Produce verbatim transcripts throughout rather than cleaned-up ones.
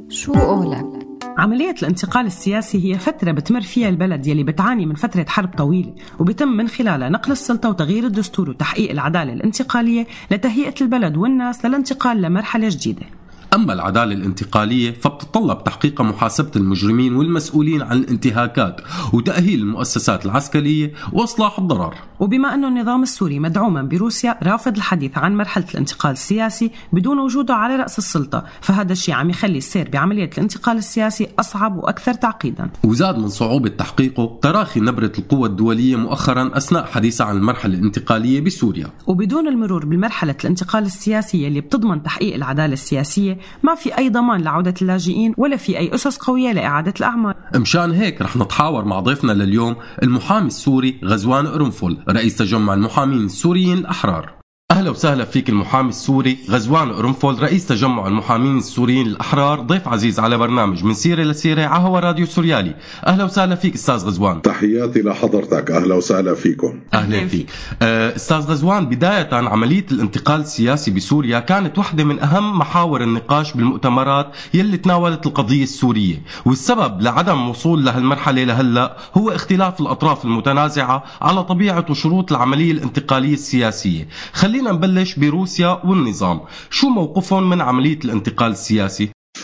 شو قولك؟ عملية الانتقال السياسي هي فترة بتمر فيها البلد يلي بتعاني من فترة حرب طويلة، وبيتم من خلالها نقل السلطة وتغيير الدستور وتحقيق العدالة الانتقالية لتهيئة البلد والناس للانتقال لمرحلة جديدة. أما العدالة الانتقالية فبتتطلب تحقيق محاسبة المجرمين والمسؤولين عن الانتهاكات وتأهيل المؤسسات العسكرية وإصلاح الضرر. وبما أنه النظام السوري مدعوما بروسيا رافض الحديث عن مرحلة الانتقال السياسي بدون وجوده على رأس السلطة، فهذا الشيء عم يخلي السير بعملية الانتقال السياسي أصعب وأكثر تعقيدا. وزاد من صعوبة تحقيقه تراخي نبرة القوى الدولية مؤخرا أثناء حديثها عن المرحلة الانتقالية بسوريا. وبدون المرور بالمرحلة الانتقال السياسية اللي بتضمن تحقيق العدالة السياسية ما في أي ضمان لعودة اللاجئين ولا في أي أسس قوية لإعادة الأعمال. مشان هيك رح نتحاور مع ضيفنا لليوم المحامي السوري غزوان قرنفل، رئيس تجمع المحامين السوريين الأحرار. أهلا وسهلا فيك المحامي السوري غزوان قرنفل، رئيس تجمع المحامين السوريين الأحرار، ضيف عزيز على برنامج من سيرة لسيرة على هوا راديو سوريالي. أهلا وسهلا فيك أستاذ غزوان. تحياتي لحضرتك، أهلا وسهلا فيكم. أهلا فيك أستاذ غزوان. بداية عملية الانتقال السياسي بسوريا كانت واحدة من أهم محاور النقاش بالمؤتمرات يلي تناولت القضية السورية، والسبب لعدم وصول لهالمرحلة لهلأ هو اختلاف الأطراف المتنازعة على طبيعة وشروط العملية الانتقالية السياسية. خلينا نبلش بروسيا والنظام، شو موقفهم من عملية الانتقال السياسي؟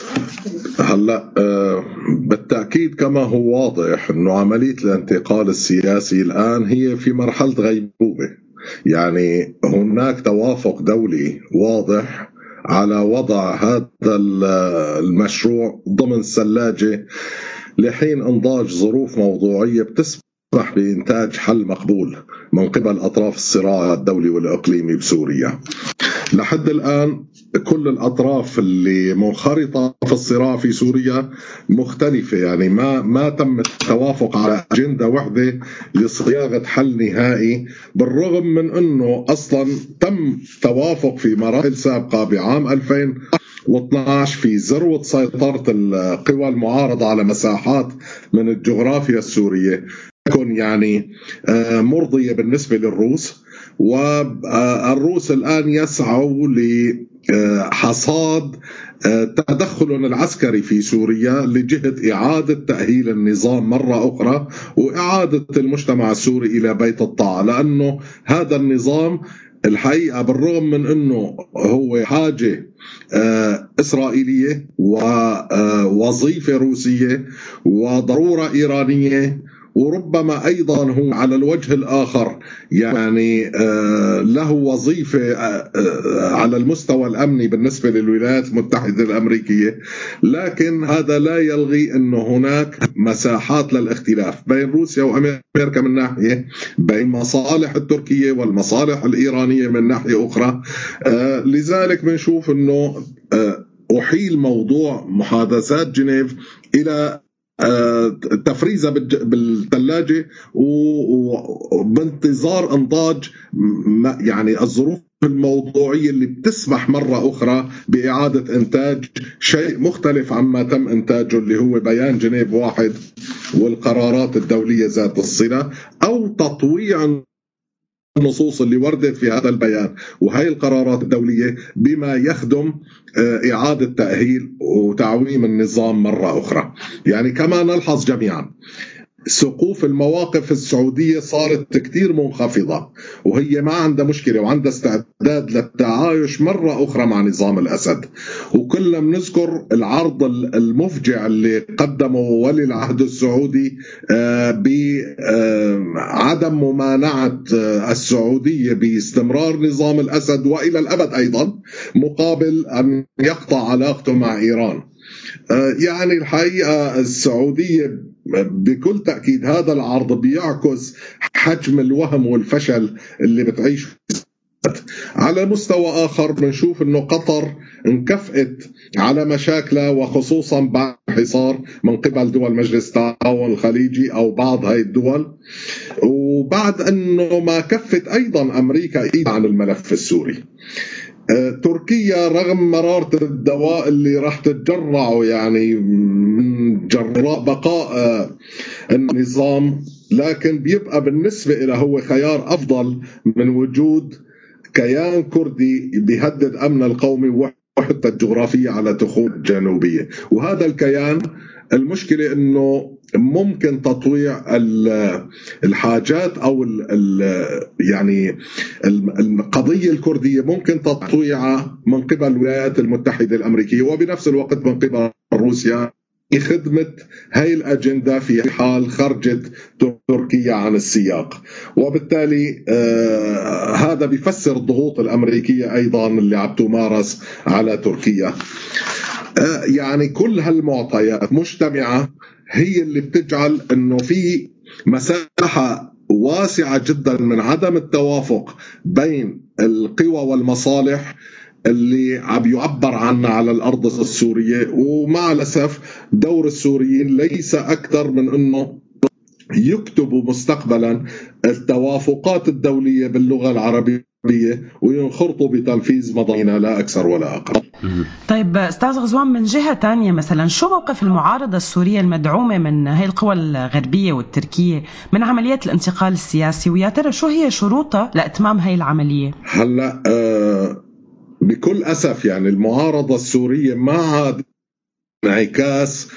هلا أه بالتأكيد كما هو واضح أنه عملية الانتقال السياسي الآن هي في مرحلة غيبوبة، يعني هناك توافق دولي واضح على وضع هذا المشروع ضمن الثلاجة لحين انضاج ظروف موضوعية بتسمح بإنتاج حل مقبول من قبل أطراف الصراع الدولي والإقليمي بسوريا. لحد الآن كل الأطراف اللي منخرطة في الصراع في سوريا مختلفة، يعني ما ما تم التوافق على أجندة واحدة لصياغة حل نهائي، بالرغم من أنه أصلا تم توافق في مراحل سابقة بعام ألفين واثناشر في ذروة سيطرة القوى المعارضة على مساحات من الجغرافيا السورية تكون يعني مرضية بالنسبة للروس، والروس الآن يسعوا لحصاد تدخل العسكري في سوريا لجهة إعادة تأهيل النظام مرة أخرى وإعادة المجتمع السوري إلى بيت الطاعة، لأنه هذا النظام الحقيقة بالرغم من أنه هو حاجة إسرائيلية ووظيفة روسية وضرورة إيرانية، وربما أيضا هو على الوجه الآخر يعني له وظيفة على المستوى الأمني بالنسبة للولايات المتحدة الأمريكية، لكن هذا لا يلغي أن هناك مساحات للاختلاف بين روسيا وأمريكا من ناحية، بين مصالح التركية والمصالح الإيرانية من ناحية أخرى. لذلك بنشوف أنه أحيل موضوع محادثات جنيف إلى تفريزة بالثلاجة وبانتظار انضاج يعني الظروف الموضوعية اللي بتسمح مرة أخرى بإعادة إنتاج شيء مختلف عما تم إنتاجه اللي هو بيان جنيف واحد والقرارات الدولية ذات الصلة، أو تطويع النصوص اللي وردت في هذا البيان وهي القرارات الدولية بما يخدم إعادة تأهيل وتعويم النظام مرة أخرى. يعني كما نلحظ جميعا سقوف المواقف السعودية صارت كتير منخفضة، وهي ما عندها مشكلة وعندها استعداد للتعايش مرة أخرى مع نظام الأسد. وكلنا بنذكر العرض المفجع اللي قدمه ولي العهد السعودي بعدم ممانعة السعودية باستمرار نظام الأسد وإلى الأبد أيضا مقابل أن يقطع علاقته مع إيران. يعني الحقيقة السعودية بكل تأكيد هذا العرض بيعكس حجم الوهم والفشل اللي بتعيشه. على مستوى آخر بنشوف أنه قطر انكفأت على مشاكلها وخصوصا بعد حصار من قبل دول مجلس التعاون الخليجي أو بعض هاي الدول، وبعد أنه ما كفت أيضا أمريكا أيضا عن الملف السوري. تركيا رغم مرارة الدواء اللي راح تتجرعه يعني من جراء بقاء النظام، لكن بيبقى بالنسبة إلى هو خيار أفضل من وجود كيان كردي بيهدد أمن القومي وحدته الجغرافية على تخوم الجنوبية. وهذا الكيان المشكلة أنه ممكن تطويع الحاجات أو ال ال يعني القضية الكردية ممكن تطويعها من قبل الولايات المتحدة الأمريكية وبنفس الوقت من قبل روسيا خدمة هاي الأجندة في حال خرجت تركيا عن السياق. وبالتالي آه هذا بيفسر الضغوط الأمريكية أيضا اللي عم تمارس على تركيا. آه يعني كل هالمعطيات مجتمعة هي اللي بتجعل أنه في مساحة واسعة جدا من عدم التوافق بين القوى والمصالح اللي عم يعبر عنها على الأرض السورية. ومع الأسف دور السوريين ليس أكثر من أنه يكتبوا مستقبلا التوافقات الدولية باللغة العربية وينخرطوا بتنفيذ مضامينها لا أكثر ولا أقل. طيب أستاذ غزوان، من جهة تانية مثلا شو موقف المعارضة السورية المدعومة من هاي القوى الغربية والتركية من عمليات الانتقال السياسي، ويا ترى شو هي شروطها لإتمام هاي العملية؟ هلأ آه بكل أسف يعني المعارضة السورية ما عاد انعكاس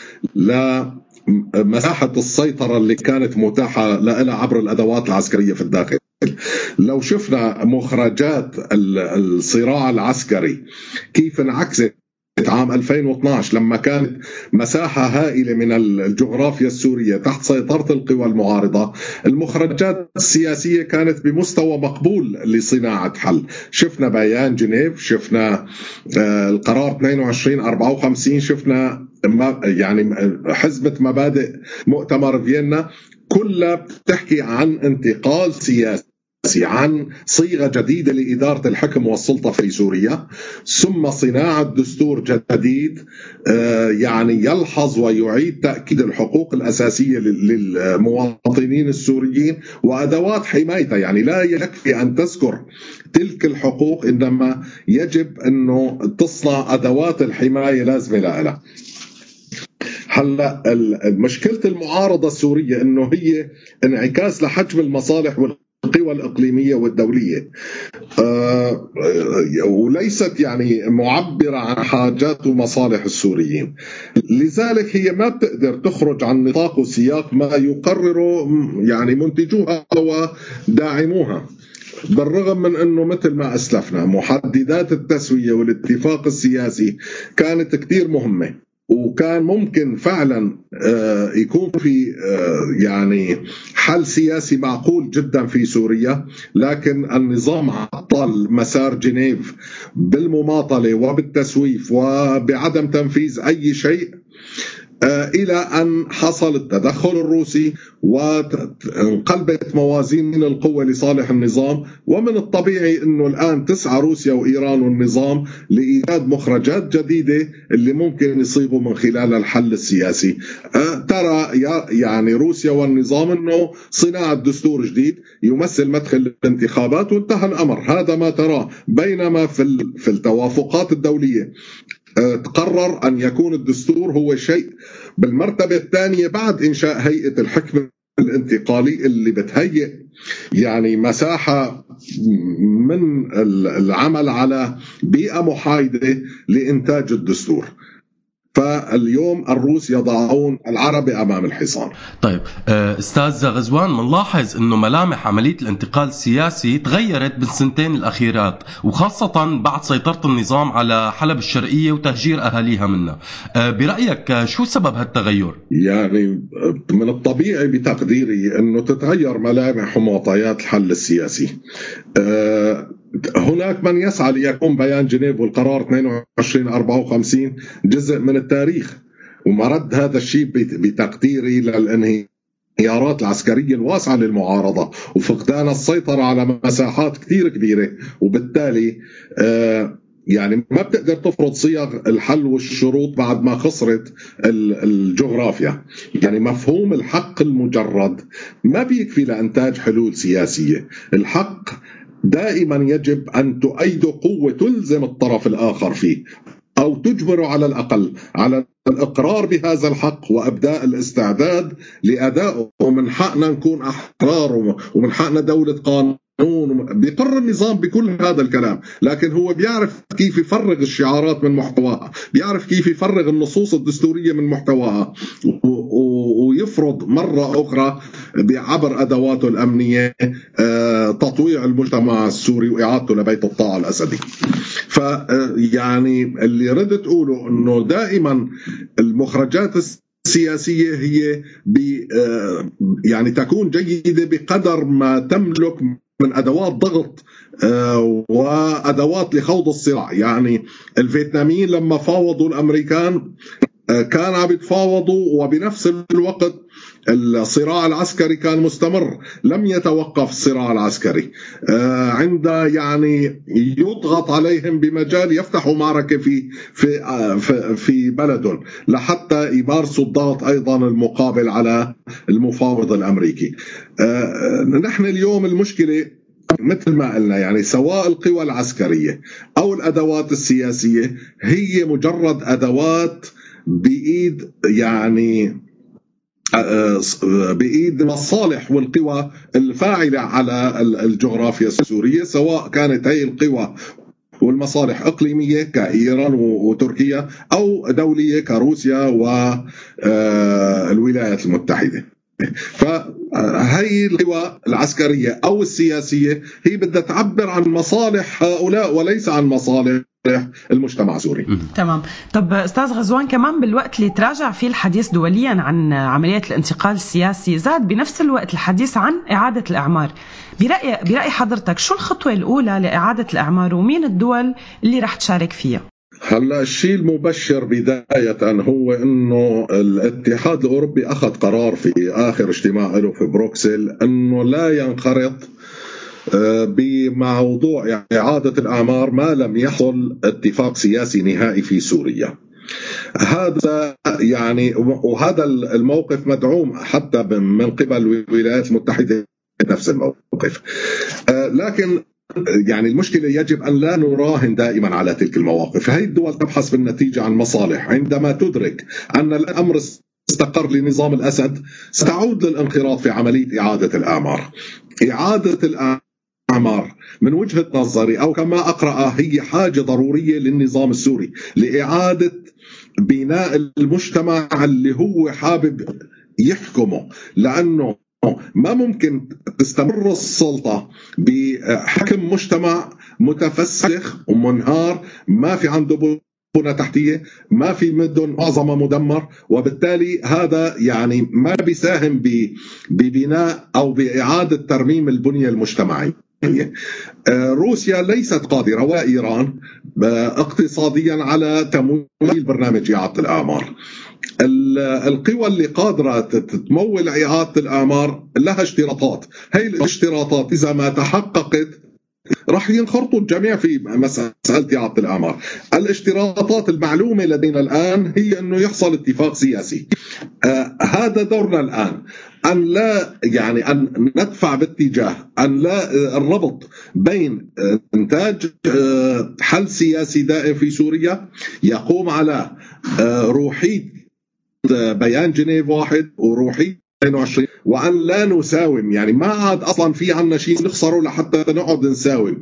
لمساحة السيطرة اللي كانت متاحة لها عبر الأدوات العسكرية في الداخل. لو شفنا مخرجات الصراع العسكري كيف انعكست عام ألفين واثناشر لما كانت مساحة هائلة من الجغرافيا السورية تحت سيطرة القوى المعارضة، المخرجات السياسية كانت بمستوى مقبول لصناعة حل. شفنا بيان جنيف، شفنا القرار اثنين وعشرين أربعة وخمسين، شفنا يعني حزمة مبادئ مؤتمر فيينا، كلها بتحكي عن انتقال سياسي، عن صيغة جديدة لإدارة الحكم والسلطة في سوريا، ثم صناعة دستور جديد يعني يلحظ ويعيد تأكيد الحقوق الأساسية للمواطنين السوريين وأدوات حمايتها. يعني لا يكفي أن تذكر تلك الحقوق، إنما يجب أنه تصنع أدوات الحماية لازمة لها. هلا مشكلة المعارضة السورية إنه هي انعكاس لحجم المصالح والقوى الإقليمية والدولية، أه وليست يعني معبرة عن حاجات ومصالح السوريين. لذلك هي ما بتقدر تخرج عن نطاق وسياق ما يقرره يعني منتجوها وداعموها، بالرغم من أنه مثل ما أسلفنا محددات التسوية والاتفاق السياسي كانت كتير مهمة، وكان ممكن فعلا يكون في يعني حل سياسي معقول جدا في سوريا، لكن النظام عطل مسار جنيف بالمماطلة وبالتسويف وبعدم تنفيذ أي شيء إلى أن حصل التدخل الروسي وانقلبت موازين القوة لصالح النظام. ومن الطبيعي أنه الآن تسعى روسيا وإيران والنظام لإيجاد مخرجات جديدة اللي ممكن يصيبوا من خلال الحل السياسي. ترى يعني روسيا والنظام أنه صناعة دستور جديد يمثل مدخل الانتخابات وانتهى الأمر، هذا ما تراه. بينما في في التوافقات الدولية تقرر أن يكون الدستور هو شيء بالمرتبة الثانية بعد إنشاء هيئة الحكم الانتقالي اللي بتهيئ يعني مساحة من العمل على بيئة محايدة لإنتاج الدستور. فاليوم الروس يضعون العرب أمام الحصان. طيب أستاذ غزوان، منلاحظ أنه ملامح عملية الانتقال السياسي تغيرت بالسنتين الأخيرات، وخاصة بعد سيطرة النظام على حلب الشرقية وتهجير أهاليها منها. برأيك شو سبب هالتغير؟ يعني من الطبيعي بتقديري أنه تتغير ملامح ومعطيات الحل السياسي. أه هناك من يسعى ليكون بيان جنيف والقرار اثنين وعشرين أربعة وخمسين جزء من التاريخ، ومرد هذا الشيء بتقديري للانهيارات العسكرية الواسعة للمعارضة وفقدان السيطرة على مساحات كثير كبيرة، وبالتالي آه يعني ما بتقدر تفرض صيغ الحل والشروط بعد ما خسرت الجغرافيا. يعني مفهوم الحق المجرد ما بيكفي لإنتاج حلول سياسية. الحق دائما يجب أن تؤيد قوة تلزم الطرف الآخر فيه أو تجبر على الأقل على الإقرار بهذا الحق وأبداء الاستعداد لأدائه. ومن حقنا نكون أحرار ومن حقنا دولة قانون بيقر النظام بكل هذا الكلام، لكن هو بيعرف كيف يفرغ الشعارات من محتواها، بيعرف كيف يفرغ النصوص الدستورية من محتواها، ويفرض مرة أخرى بعبر أدواته الأمنية تطويع المجتمع السوري وإعادته لبيت الطاعة الأسدي. فيعني اللي ردت أقوله أنه دائما المخرجات السياسية هي يعني تكون جيدة بقدر ما تملك من أدوات ضغط وأدوات لخوض الصراع. يعني الفيتناميين لما فاوضوا الأمريكان كان عم يتفاوضوا وبنفس الوقت الصراع العسكري كان مستمر، لم يتوقف الصراع العسكري. عند يعني يضغط عليهم بمجال يفتحوا معركة في في في بلدهم لحتى يمارسوا الضغط أيضا المقابل على المفاوض الأمريكي. نحن اليوم المشكلة مثل ما قلنا، يعني سواء القوى العسكرية أو الأدوات السياسية هي مجرد أدوات بإيد يعني بإيد المصالح والقوى الفاعلة على الجغرافيا السورية، سواء كانت هي القوى والمصالح إقليمية كإيران وتركيا أو دولية كروسيا والولايات المتحدة. فهي القوى العسكرية أو السياسية هي بدها تعبر عن مصالح هؤلاء وليس عن مصالح المجتمع السوري. تمام. طب أستاذ غزوان، كمان بالوقت اللي تراجع فيه الحديث دوليا عن عملية الانتقال السياسي زاد بنفس الوقت الحديث عن إعادة الإعمار. برأي, برأي حضرتك شو الخطوة الأولى لإعادة الإعمار ومين الدول اللي رح تشارك فيها؟ هلا الشيء المبشر بداية هو إنه الاتحاد الأوروبي أخذ قرار في آخر اجتماع له في بروكسل إنه لا ينخرط بموضوع إعادة الأعمار ما لم يحصل اتفاق سياسي نهائي في سوريا. هذا يعني وهذا الموقف مدعوم حتى من قبل الولايات المتحدة نفس الموقف. لكن يعني المشكلة يجب أن لا نراهن دائما على تلك المواقف. هذه الدول تبحث بالنتيجة عن مصالح. عندما تدرك أن الأمر استقر لنظام الأسد ستعود للانخراط في عملية إعادة الأعمار. إعادة الأعمار من وجهة نظري أو كما أقرأ هي حاجة ضرورية للنظام السوري لإعادة بناء المجتمع اللي هو حابب يحكمه، لأنه ما ممكن تستمر السلطة بحكم مجتمع متفسخ ومنهار ما في عنده بنى تحتية، ما في مدن معظمها مدمر، وبالتالي هذا يعني ما بيساهم ببناء أو بإعادة ترميم البنية المجتمعية. روسيا ليست قادرة وإيران اقتصاديا على تمويل برنامج إعادة الأعمار. القوى اللي قادرة تمول إعادة الأعمار لها اشتراطات. هاي الاشتراطات إذا ما تحققت راح ينخرطوا الجميع في مسألة إعادة الأعمار. الاشتراطات المعلومة لدينا الآن هي أنه يحصل اتفاق سياسي. آه هذا دورنا الآن، أن لا يعني أن ندفع باتجاه أن لا الربط بين إنتاج آه حل سياسي دائم في سوريا يقوم على آه روحية بيان جنيف واحد وروحية اثنين وعشرين، وأن لا نساوم. يعني ما عاد أصلا في عنا شيء نخسره لحتى نقعد نساوم.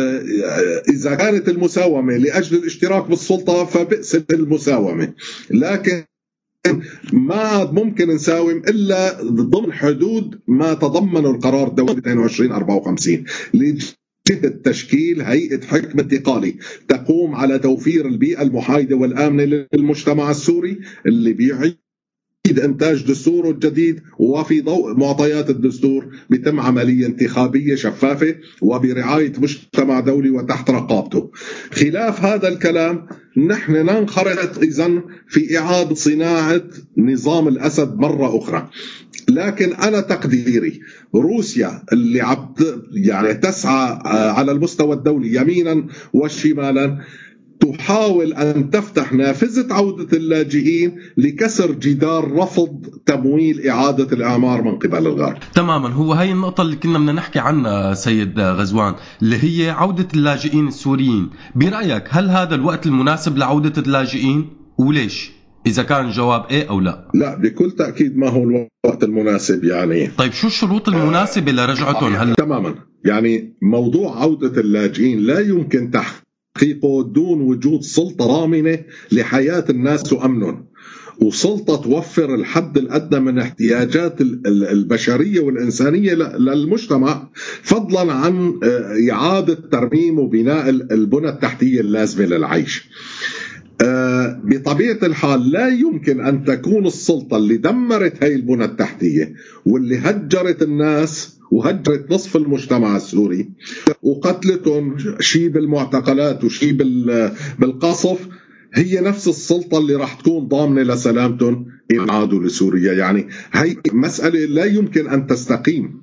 إذا كانت المساومة لأجل الاشتراك بالسلطة فبئس المساومة، لكن ما عاد ممكن نساوم إلا ضمن حدود ما تضمن القرار الدولي اثنين وعشرين أربعة وخمسين لجهة تشكيل هيئة حكم انتقالي تقوم على توفير البيئة المحايدة والآمنة للمجتمع السوري اللي بيعيد إنتاج دستوره الجديد، وفي ضوء معطيات الدستور بتم عملية انتخابية شفافة وبرعاية مجتمع دولي وتحت رقابته. خلاف هذا الكلام نحن ننخرط إذن في إعادة صناعة نظام الأسد مرة أخرى. لكن أنا تقديري روسيا اللي عبد يعني تسعى على المستوى الدولي يمينا وشمالا تحاول أن تفتح نافذة عودة اللاجئين لكسر جدار رفض تمويل إعادة الأعمار من قبل الغرب. تماما، هو هاي النقطة اللي كنا بدنا نحكي عنها سيد غزوان، اللي هي عودة اللاجئين السوريين. برأيك هل هذا الوقت المناسب لعودة اللاجئين وليش؟ إذا كان الجواب إيه أو لا؟ لا، بكل تأكيد ما هو الوقت المناسب. يعني طيب شو الشروط المناسبة لرجعتهم هلا؟ تماما يعني موضوع عودة اللاجئين لا يمكن تحقيقه دون وجود سلطة ضامنة لحياة الناس وأمنهم، وسلطة توفر الحد الأدنى من احتياجات البشرية والإنسانية للمجتمع، فضلا عن إعادة ترميم وبناء البنى التحتية اللازمة للعيش. بطبيعة الحال لا يمكن أن تكون السلطة اللي دمرت هاي البنى التحتية واللي هجرت الناس وهجرت نصف المجتمع السوري وقتلتهم شي بالمعتقلات وشي بالقصف هي نفس السلطة اللي راح تكون ضامنة لسلامتهم إن عادوا لسوريا. يعني هي مسألة لا يمكن أن تستقيم.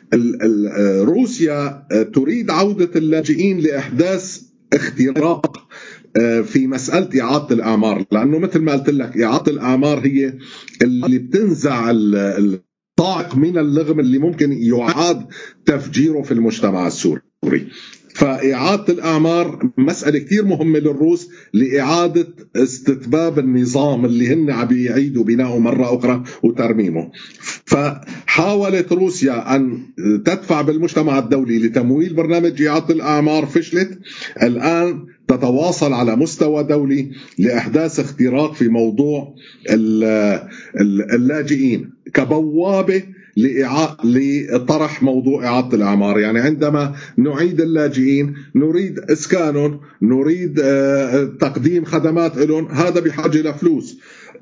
روسيا تريد عودة اللاجئين لإحداث اختراق في مسألة إعادة الأعمار، لأنه مثل ما قلت لك إعادة الأعمار هي اللي بتنزع الطائق من اللغم اللي ممكن يعاد تفجيره في المجتمع السوري. فإعادة الأعمار مسألة كتير مهمة للروس لإعادة استتباب النظام اللي هن عم يعيدوا بناؤه مرة أخرى وترميمه. فحاولت روسيا أن تدفع بالمجتمع الدولي لتمويل برنامج إعادة الأعمار، فشلت. الآن تتواصل على مستوى دولي لإحداث اختراق في موضوع اللاجئين كبوابة لطرح موضوع إعادة الأعمار. يعني عندما نعيد اللاجئين نريد إسكانهم، نريد تقديم خدمات لهم، هذا بحاجة لفلوس.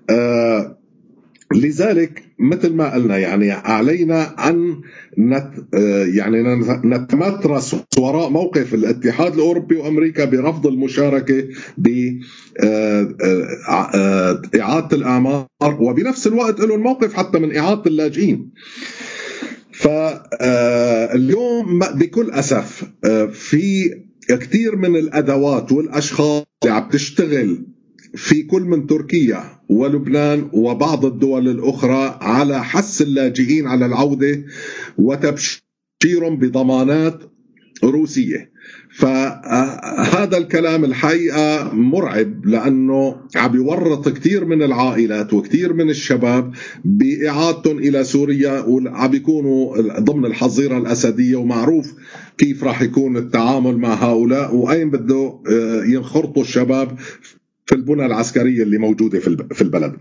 لذلك مثل ما قلنا يعني علينا أن نت يعني نتمترس وراء موقف الاتحاد الأوروبي وأمريكا برفض المشاركة بإعادة الأعمار، وبنفس الوقت لهم موقف حتى من إعادة اللاجئين. فاليوم بكل أسف في كثير من الأدوات والأشخاص اللي عم تشتغل في كل من تركيا ولبنان وبعض الدول الأخرى على حث اللاجئين على العودة وتبشيرهم بضمانات روسية. فهذا الكلام الحقيقة مرعب، لأنه عم يورط كثير من العائلات وكثير من الشباب بإعادتهم إلى سوريا، وعم يكونوا ضمن الحظيرة الأسدية، ومعروف كيف راح يكون التعامل مع هؤلاء وأين بده ينخرطوا الشباب في البنى العسكرية اللي موجودة في البلد.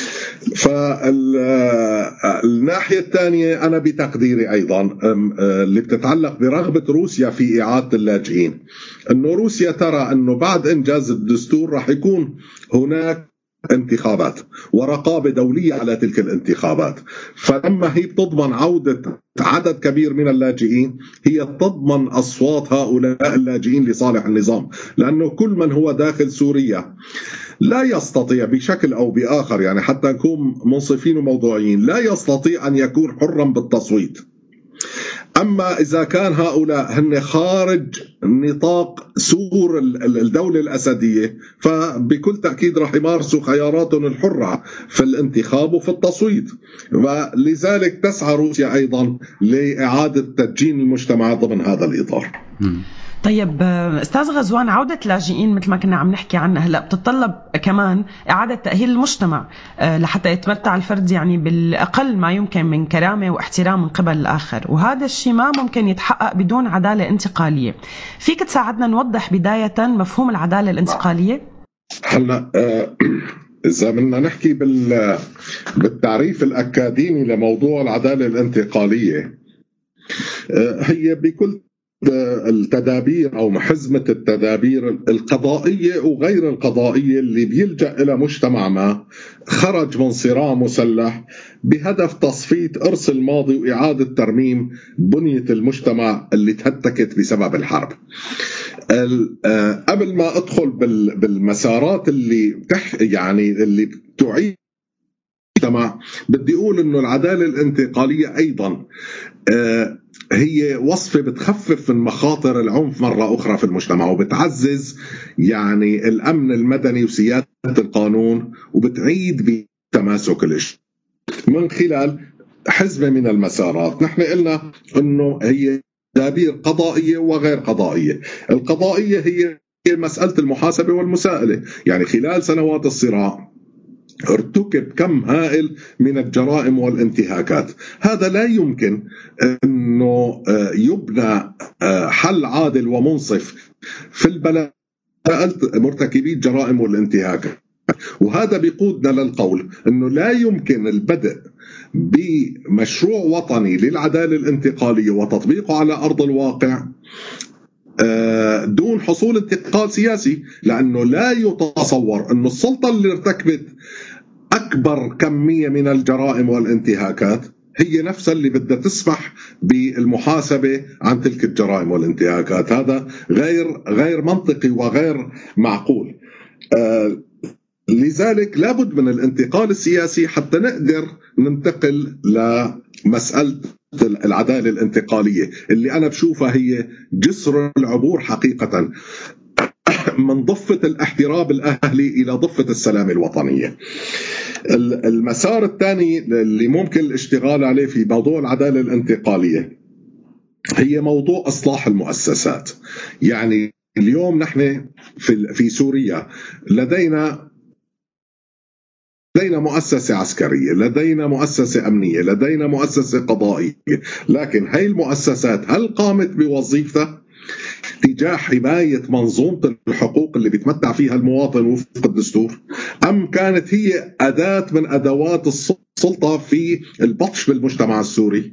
فالناحية الثانية أنا بتقديري أيضا اللي بتتعلق برغبة روسيا في إعادة اللاجئين، أنه روسيا ترى أنه بعد إنجاز الدستور راح يكون هناك انتخابات ورقابة دولية على تلك الانتخابات. فلما هي بتضمن عودة عدد كبير من اللاجئين هي تضمن أصوات هؤلاء اللاجئين لصالح النظام، لأنه كل من هو داخل سوريا لا يستطيع بشكل أو بآخر، يعني حتى نكون منصفين وموضوعيين، لا يستطيع أن يكون حرا بالتصويت. أما إذا كان هؤلاء هن خارج نطاق سور الدولة الأسدية فبكل تأكيد راح يمارسوا خياراتهم الحرة في الانتخاب وفي التصويت. ولذلك تسعى روسيا أيضا لإعادة تدجين المجتمع ضمن هذا الإطار. طيب أستاذ غزوان، عودة اللاجئين مثل ما كنا عم نحكي عنها هلأ بتتطلب كمان إعادة تأهيل المجتمع لحتى يتمتع الفرد يعني بالأقل ما يمكن من كرامة واحترام من قبل الآخر، وهذا الشيء ما ممكن يتحقق بدون عدالة انتقالية. فيك تساعدنا نوضح بداية مفهوم العدالة الانتقالية؟ هلا إذا بدنا نحكي بالتعريف الأكاديمي لموضوع العدالة الانتقالية، هي بكل التدابير أو محزمة التدابير القضائية وغير القضائية اللي بيلجأ إلى مجتمع ما خرج من صراع مسلح بهدف تصفية إرث الماضي وإعادة ترميم بنية المجتمع اللي تهتكت بسبب الحرب. قبل ما أدخل بالمسارات اللي بتح يعني اللي تعيد المجتمع، بدي أقول إنه العدالة الانتقالية أيضا هي وصفة بتخفف من مخاطر العنف مرة أخرى في المجتمع، وبتعزز يعني الأمن المدني وسيادة القانون، وبتعيد بتماسك الاجتماع من خلال حزمة من المسارات. نحن قلنا أنه هي تدابير قضائية وغير قضائية. القضائية هي مسألة المحاسبة والمساءلة، يعني خلال سنوات الصراع ارتكب كم هائل من الجرائم والانتهاكات. هذا لا يمكن أنه يبنى حل عادل ومنصف في البلد مرتكبي الجرائم والانتهاكات. وهذا بيقودنا للقول أنه لا يمكن البدء بمشروع وطني للعدالة الانتقالية وتطبيقه على أرض الواقع دون حصول انتقال سياسي، لأنه لا يتصور أن السلطة اللي ارتكبت أكبر كمية من الجرائم والانتهاكات هي نفسها اللي بدها تسمح بالمحاسبة عن تلك الجرائم والانتهاكات. هذا غير غير منطقي وغير معقول. آه لذلك لابد من الانتقال السياسي حتى نقدر ننتقل لمسألة العدالة الانتقالية اللي أنا بشوفها هي جسر العبور حقيقة من ضفة الاحتراب الأهلي إلى ضفة السلام الوطنية. المسار الثاني اللي ممكن الاشتغال عليه في موضوع العدالة الانتقالية هي موضوع إصلاح المؤسسات. يعني اليوم نحن في في سوريا لدينا لدينا مؤسسة عسكرية، لدينا مؤسسة أمنية، لدينا مؤسسة قضائية، لكن هاي المؤسسات هل قامت بوظيفتها تجاه حماية منظومة الحقوق اللي بيتمتع فيها المواطن وفق الدستور، أم كانت هي أداة من أدوات السلطة في البطش بالمجتمع السوري؟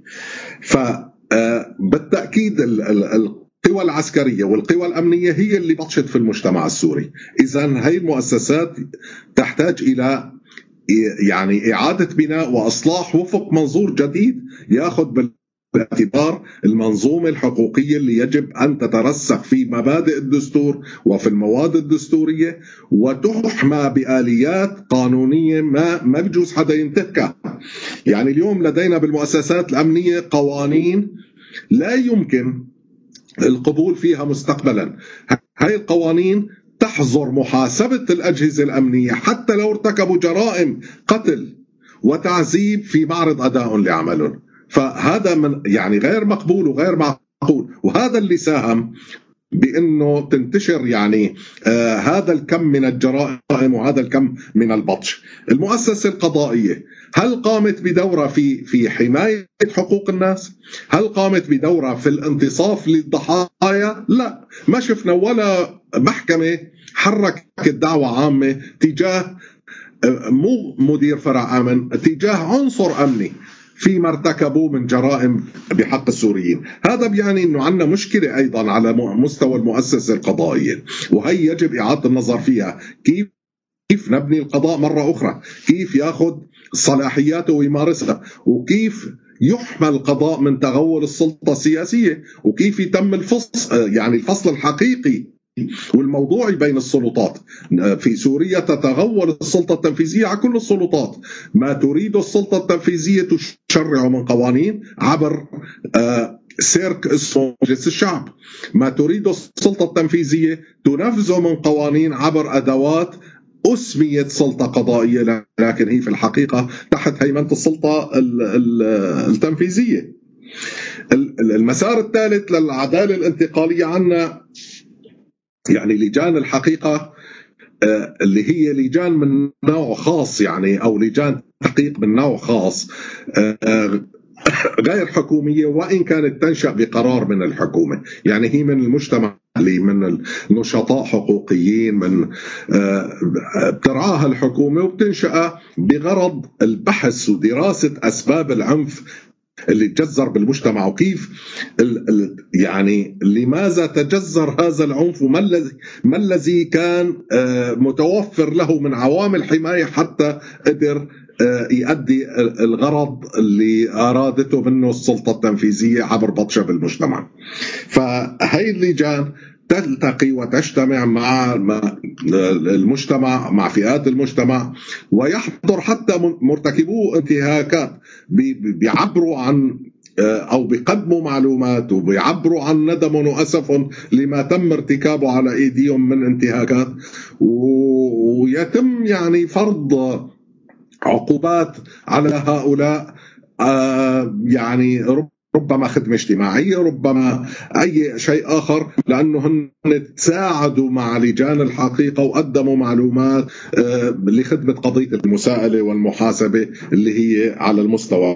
فبالتأكيد القوى العسكرية والقوى الأمنية هي اللي بطشت في المجتمع السوري. إذن هاي المؤسسات تحتاج إلى يعني إعادة بناء وإصلاح وفق منظور جديد يأخذ باعتبار المنظومة الحقوقية اللي يجب أن تترسخ في مبادئ الدستور وفي المواد الدستورية وتحمى بآليات قانونية ما ما بيجوز حدا ينتهكها. يعني اليوم لدينا بالمؤسسات الأمنية قوانين لا يمكن القبول فيها مستقبلا. هاي القوانين تحظر محاسبة الأجهزة الأمنية حتى لو ارتكبوا جرائم قتل وتعذيب في معرض أداء لعملهم. فهذا من يعني غير مقبول وغير معقول، وهذا اللي ساهم بأنه تنتشر يعني آه هذا الكم من الجرائم وهذا الكم من البطش. المؤسسة القضائية هل قامت بدورها في في حماية حقوق الناس؟ هل قامت بدورها في الانتصاف للضحايا؟ لا، ما شفنا ولا محكمة حركت دعوة عامة تجاه مو مدير فرع أمن، تجاه عنصر أمني فيما ارتكبوا من جرائم بحق السوريين. هذا بيعني أنه عندنا مشكلة أيضا على مستوى المؤسسة القضائية، وهي يجب إعادة النظر فيها. كيف كيف نبني القضاء مرة أخرى، كيف يأخذ صلاحياته ويمارسها، وكيف يحمى القضاء من تغول السلطة السياسية، وكيف يتم الفصل يعني الفصل الحقيقي والموضوعي بين السلطات. في سوريا تتغول السلطة التنفيذية على كل السلطات. ما تريد السلطة التنفيذية تشرع من قوانين عبر سيرك اسمه مجلس الشعب. ما تريد السلطة التنفيذية تنفذه من قوانين عبر أدوات أسميت سلطة قضائية، لكن هي في الحقيقة تحت هيمنة السلطة التنفيذية. المسار الثالث للعدالة الانتقالية عنا يعني لجان الحقيقة اللي هي لجان من نوع خاص، يعني أو لجان تحقيق من نوع خاص غير حكومية، وإن كانت تنشأ بقرار من الحكومة. يعني هي من المجتمع اللي من النشطاء حقوقيين من بترعاها الحكومة، وبتنشأ بغرض البحث ودراسة أسباب العنف اللي تجذر بالمجتمع، وكيف يعني لماذا تجذر هذا العنف، وما الذي ما الذي كان متوفر له من عوامل حماية حتى قدر يؤدي الغرض اللي أرادته منه السلطة التنفيذية عبر بطشة بالمجتمع. فهي اللجان تلتقي وتجتمع مع المجتمع، مع فئات المجتمع، ويحضر حتى مرتكبو انتهاكات بيعبروا عن أو بيقدموا معلومات وبيعبروا عن ندم وأسف لما تم ارتكابه على أيديهم من انتهاكات، ويتم يعني فرض عقوبات على هؤلاء يعني ربما خدمة اجتماعية، ربما أي شيء آخر، لأنه هن تساعدوا مع لجان الحقيقة وقدموا معلومات لخدمة قضية المساءلة والمحاسبة اللي هي على المستوى.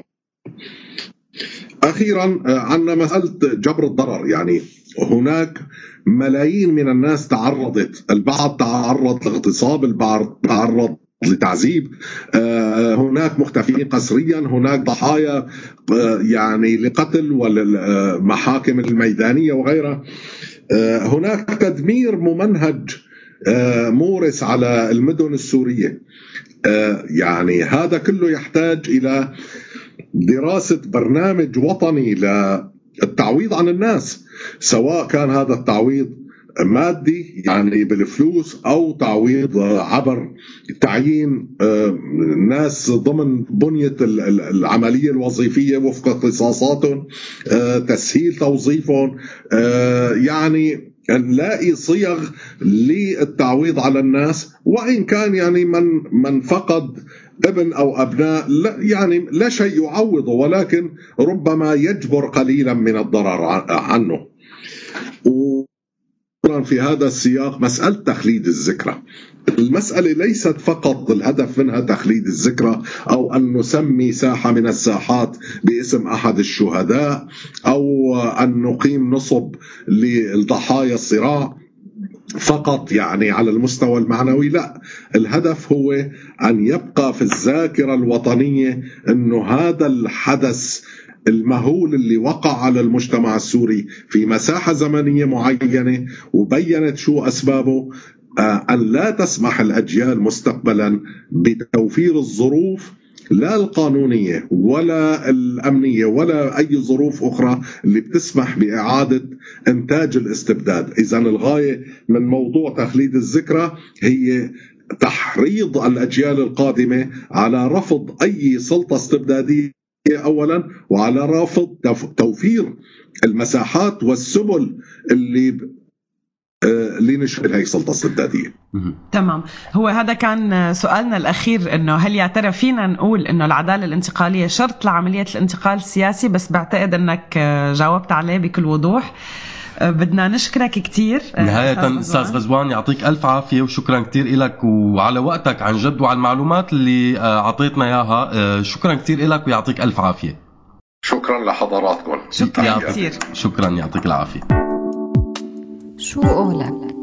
أخيرا عندنا مسألة جبر الضرر. يعني هناك ملايين من الناس تعرضت، البعض تعرض لاغتصاب، البعض تعرض لتعذيب، هناك مختفين قسريا، هناك ضحايا يعني لقتل والمحاكم الميدانية وغيرها، هناك تدمير ممنهج مورس على المدن السورية. يعني هذا كله يحتاج إلى دراسة برنامج وطني للتعويض عن الناس، سواء كان هذا التعويض مادي يعني بالفلوس، أو تعويض عبر تعيين ناس ضمن بنية العملية الوظيفية وفق اختصاصاتهم، تسهيل توظيفهم، يعني نلاقي صيغ للتعويض على الناس. وإن كان يعني من من فقد ابن أو أبناء لا يعني لا شيء يعوضه، ولكن ربما يجبر قليلا من الضرر عنه. في هذا السياق مسألة تخليد الذكرى، المسألة ليست فقط الهدف منها تخليد الذكرى أو أن نسمي ساحة من الساحات باسم أحد الشهداء، أو أن نقيم نصب للضحايا الصراع فقط يعني على المستوى المعنوي. لا، الهدف هو أن يبقى في الذاكرة الوطنية أنه هذا الحدث المهول اللي وقع على المجتمع السوري في مساحة زمنية معينة وبينت شو أسبابه، أن لا تسمح الأجيال مستقبلا بتوفير الظروف لا القانونية ولا الأمنية ولا أي ظروف أخرى اللي بتسمح بإعادة إنتاج الاستبداد. إذن الغاية من موضوع تخليد الذكرى هي تحريض الأجيال القادمة على رفض أي سلطة استبدادية أولا، وعلى رفض توفير المساحات والسبل اللي اللي نشغل هاي السلطة استبدادية. تمام. هو هذا كان سؤالنا الأخير، إنه هل يا ترى فينا نقول إنه العدالة الانتقالية شرط لعملية الانتقال السياسي؟ بس بعتقد إنك جاوبت عليه بكل وضوح. بدنا نشكرك كتير نهاية أستاذ غزوان، يعطيك ألف عافية وشكرا كتير إلك وعلى وقتك عن جد وعلى المعلومات اللي عطيتنا إياها. شكرا كتير إلك ويعطيك ألف عافية. شكرا لحضراتكم. شكرا كتير. شكرا، يعطيك العافية. شو قولك؟